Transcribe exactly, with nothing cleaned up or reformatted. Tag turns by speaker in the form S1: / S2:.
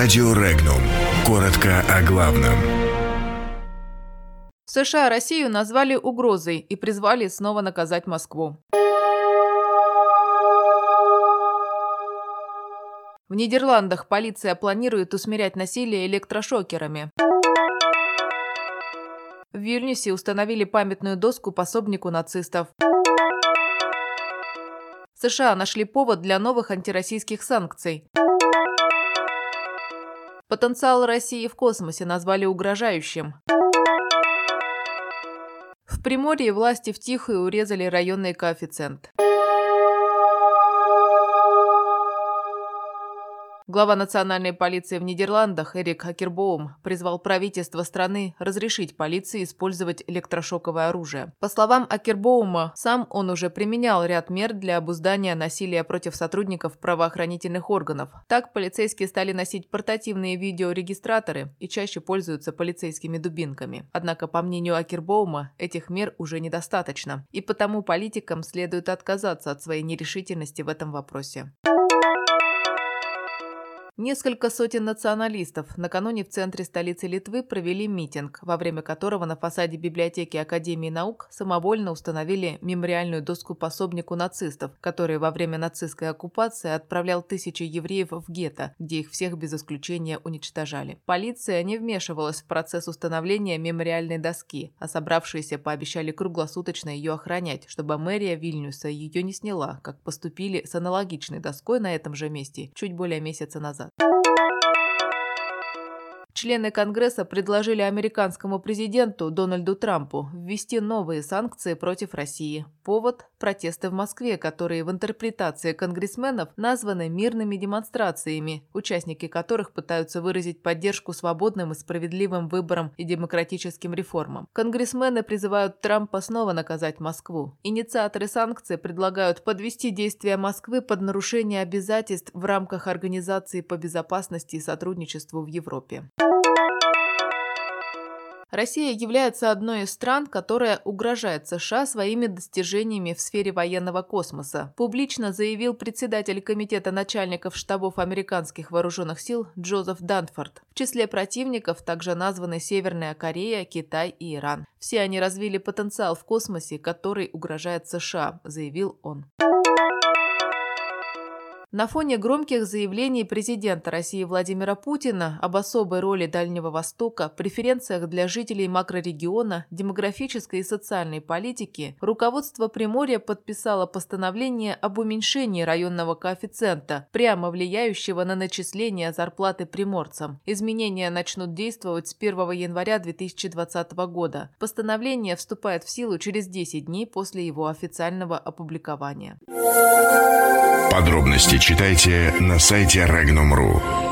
S1: Радио Регнум. Коротко о главном.
S2: США Россию назвали угрозой и призвали снова наказать Москву. В Нидерландах полиция планирует усмирять насилие электрошокерами. В Вильнюсе установили памятную доску пособнику нацистов. США нашли повод для новых антироссийских санкций. Потенциал России в космосе назвали угрожающим. В Приморье власти втихую урезали районный коэффициент. Глава национальной полиции в Нидерландах Эрик Аккербоум призвал правительство страны разрешить полиции использовать электрошоковое оружие. По словам Аккербоума, сам он уже применял ряд мер для обуздания насилия против сотрудников правоохранительных органов. Так, полицейские стали носить портативные видеорегистраторы и чаще пользуются полицейскими дубинками. Однако, по мнению Аккербоума, этих мер уже недостаточно, и потому политикам следует отказаться от своей нерешительности в этом вопросе. Несколько сотен националистов накануне в центре столицы Литвы провели митинг, во время которого на фасаде библиотеки Академии наук самовольно установили мемориальную доску пособнику нацистов, который во время нацистской оккупации отправлял тысячи евреев в гетто, где их всех без исключения уничтожали. Полиция не вмешивалась в процесс установления мемориальной доски, а собравшиеся пообещали круглосуточно ее охранять, чтобы мэрия Вильнюса ее не сняла, как поступили с аналогичной доской на этом же месте чуть более месяца назад. Члены Конгресса предложили американскому президенту Дональду Трампу ввести новые санкции против России. Повод – протесты в Москве, которые в интерпретации конгрессменов названы мирными демонстрациями, участники которых пытаются выразить поддержку свободным и справедливым выборам и демократическим реформам. Конгрессмены призывают Трампа снова наказать Москву. Инициаторы санкций предлагают подвести действия Москвы под нарушение обязательств в рамках Организации по безопасности и сотрудничеству в Европе. Россия является одной из стран, которая угрожает США своими достижениями в сфере военного космоса, публично заявил председатель Комитета начальников штабов американских вооруженных сил Джозеф Данфорд. В числе противников также названы Северная Корея, Китай и Иран. Все они развили потенциал в космосе, который угрожает США, заявил он. На фоне громких заявлений президента России Владимира Путина об особой роли Дальнего Востока, преференциях для жителей макрорегиона, демографической и социальной политики, руководство Приморья подписало постановление об уменьшении районного коэффициента, прямо влияющего на начисление зарплаты приморцам. Изменения начнут действовать с первого января две тысячи двадцатого года. Постановление вступает в силу через десять дней после его официального опубликования.
S1: Подробности читайте на сайте регнум точка ру.